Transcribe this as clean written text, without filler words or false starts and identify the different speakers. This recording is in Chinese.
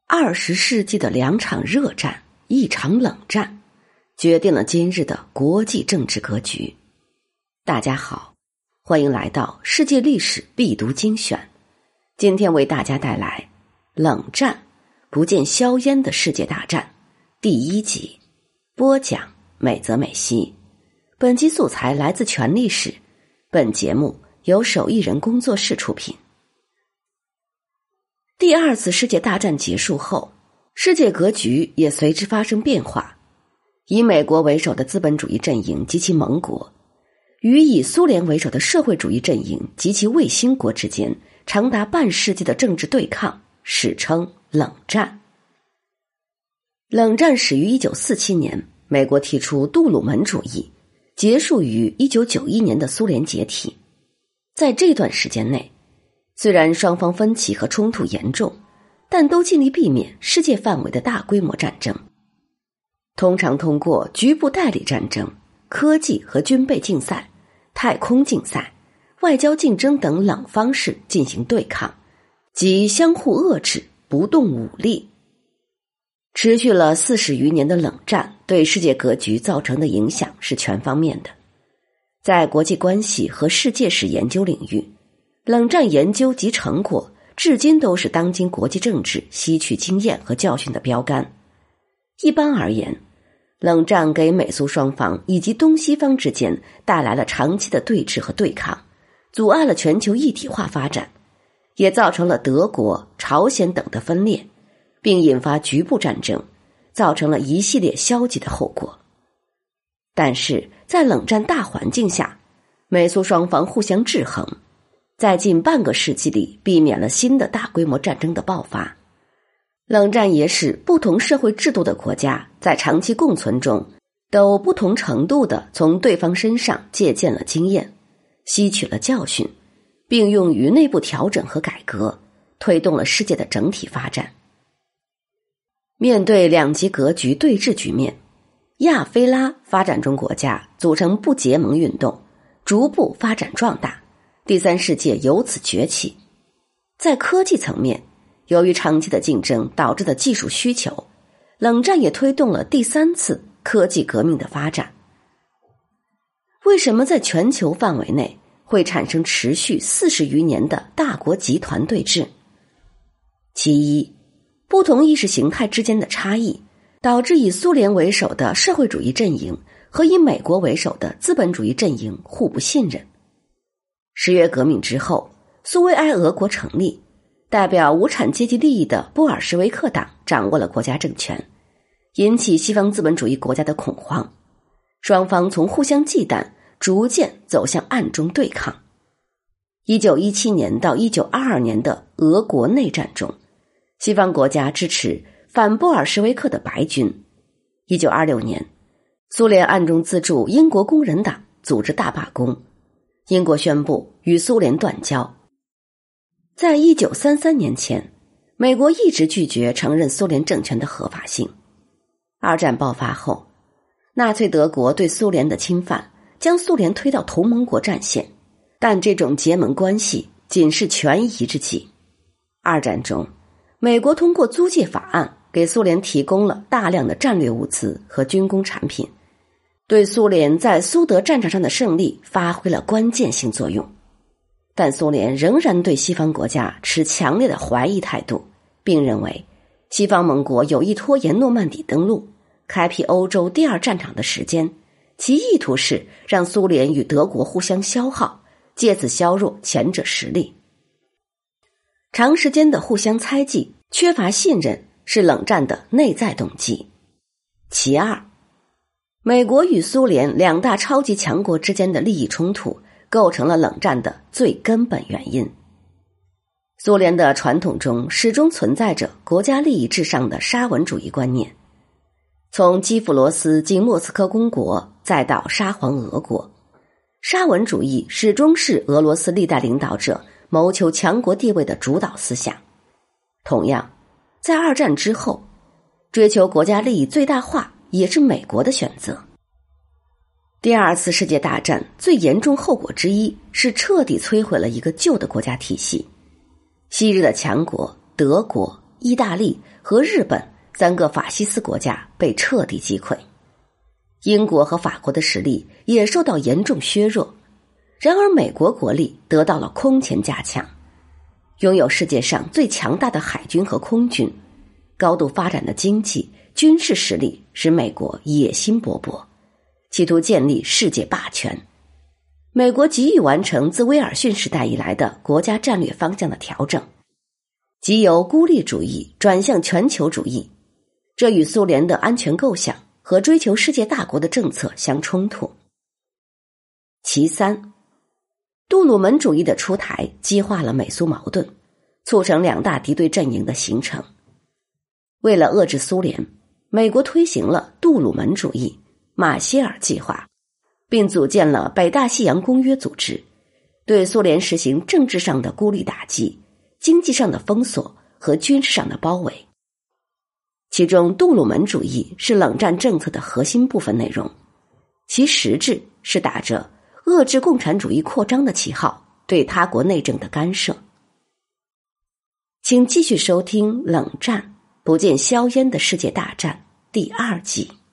Speaker 1: 20世纪的2场热战，一场冷战，决定了今日的国际政治格局。大家好，欢迎来到世界历史必读精选。今天为大家带来冷战不见硝烟的世界大战第1集，播讲美泽美希。本集素材来自全历史，本节目由手艺人工作室出品。第2次世界大战结束后，世界格局也随之发生变化。以美国为首的资本主义阵营及其盟国，与以苏联为首的社会主义阵营及其卫星国之间长达半世纪的政治对抗，史称冷战。冷战始于1947年，美国提出杜鲁门主义，结束于1991年的苏联解体。在这段时间内，虽然双方分歧和冲突严重，但都尽力避免世界范围的大规模战争，通常通过局部代理战争、科技和军备竞赛、太空竞赛、外交竞争等冷方式进行对抗，即相互遏制，不动武力。持续了40余年的冷战对世界格局造成的影响是全方面的。在国际关系和世界史研究领域，冷战研究及成果至今都是当今国际政治吸取经验和教训的标杆。一般而言，冷战给美苏双方以及东西方之间带来了长期的对峙和对抗，阻碍了全球一体化发展，也造成了德国、朝鲜等的分裂，并引发局部战争，造成了一系列消极的后果。但是在冷战大环境下，美苏双方互相制衡，在近半个世纪里避免了新的大规模战争的爆发。冷战也使不同社会制度的国家在长期共存中都不同程度地从对方身上借鉴了经验，吸取了教训，并用于内部调整和改革，推动了世界的整体发展。面对两极格局对峙局面，亚非拉发展中国家组成不结盟运动，逐步发展壮大，第三世界由此崛起。在科技层面，由于长期的竞争导致的技术需求，冷战也推动了第3次科技革命的发展。为什么在全球范围内会产生持续40余年的大国集团对峙？其一，不同意识形态之间的差异，导致以苏联为首的社会主义阵营和以美国为首的资本主义阵营互不信任。10月革命之后，苏维埃俄国成立，代表无产阶级利益的布尔什维克党掌握了国家政权，引起西方资本主义国家的恐慌，双方从互相忌惮逐渐走向暗中对抗。1917年到1922年的俄国内战中，西方国家支持反布尔什维克的白军。1926年，苏联暗中资助英国工人党组织大罢工，英国宣布与苏联断交。在1933年前，美国一直拒绝承认苏联政权的合法性。二战爆发后，纳粹德国对苏联的侵犯将苏联推到同盟国战线，但这种结盟关系仅是权宜之计。二战中，美国通过租借法案给苏联提供了大量的战略物资和军工产品，对苏联在苏德战场上的胜利发挥了关键性作用。但苏联仍然对西方国家持强烈的怀疑态度，并认为西方盟国有意拖延诺曼底登陆，开辟欧洲第2战场的时间，其意图是让苏联与德国互相消耗，借此削弱前者实力。长时间的互相猜忌、缺乏信任是冷战的内在动机。其二，美国与苏联2大超级强国之间的利益冲突构成了冷战的最根本原因。苏联的传统中始终存在着国家利益至上的沙文主义观念，从基辅罗斯经莫斯科公国再到沙皇俄国，沙文主义始终是俄罗斯历代领导者谋求强国地位的主导思想。同样，在二战之后，追求国家利益最大化也是美国的选择。第2次世界大战最严重后果之一是彻底摧毁了一个旧的国家体系。昔日的强国德国、意大利和日本3个法西斯国家被彻底击溃。英国和法国的实力也受到严重削弱，然而美国国力得到了空前加强，拥有世界上最强大的海军和空军，高度发展的经济、军事实力使美国野心勃勃，企图建立世界霸权。美国急于完成自威尔逊时代以来的国家战略方向的调整，即由孤立主义转向全球主义，这与苏联的安全构想和追求世界大国的政策相冲突。其三，杜鲁门主义的出台激化了美苏矛盾，促成2大敌对阵营的形成。为了遏制苏联，美国推行了杜鲁门主义、马歇尔计划，并组建了北大西洋公约组织，对苏联实行政治上的孤立打击、经济上的封锁和军事上的包围。其中杜鲁门主义是冷战政策的核心部分内容，其实质是打着遏制共产主义扩张的旗号对他国内政的干涉。请继续收听《冷战：不见硝烟的世界大战》第2季。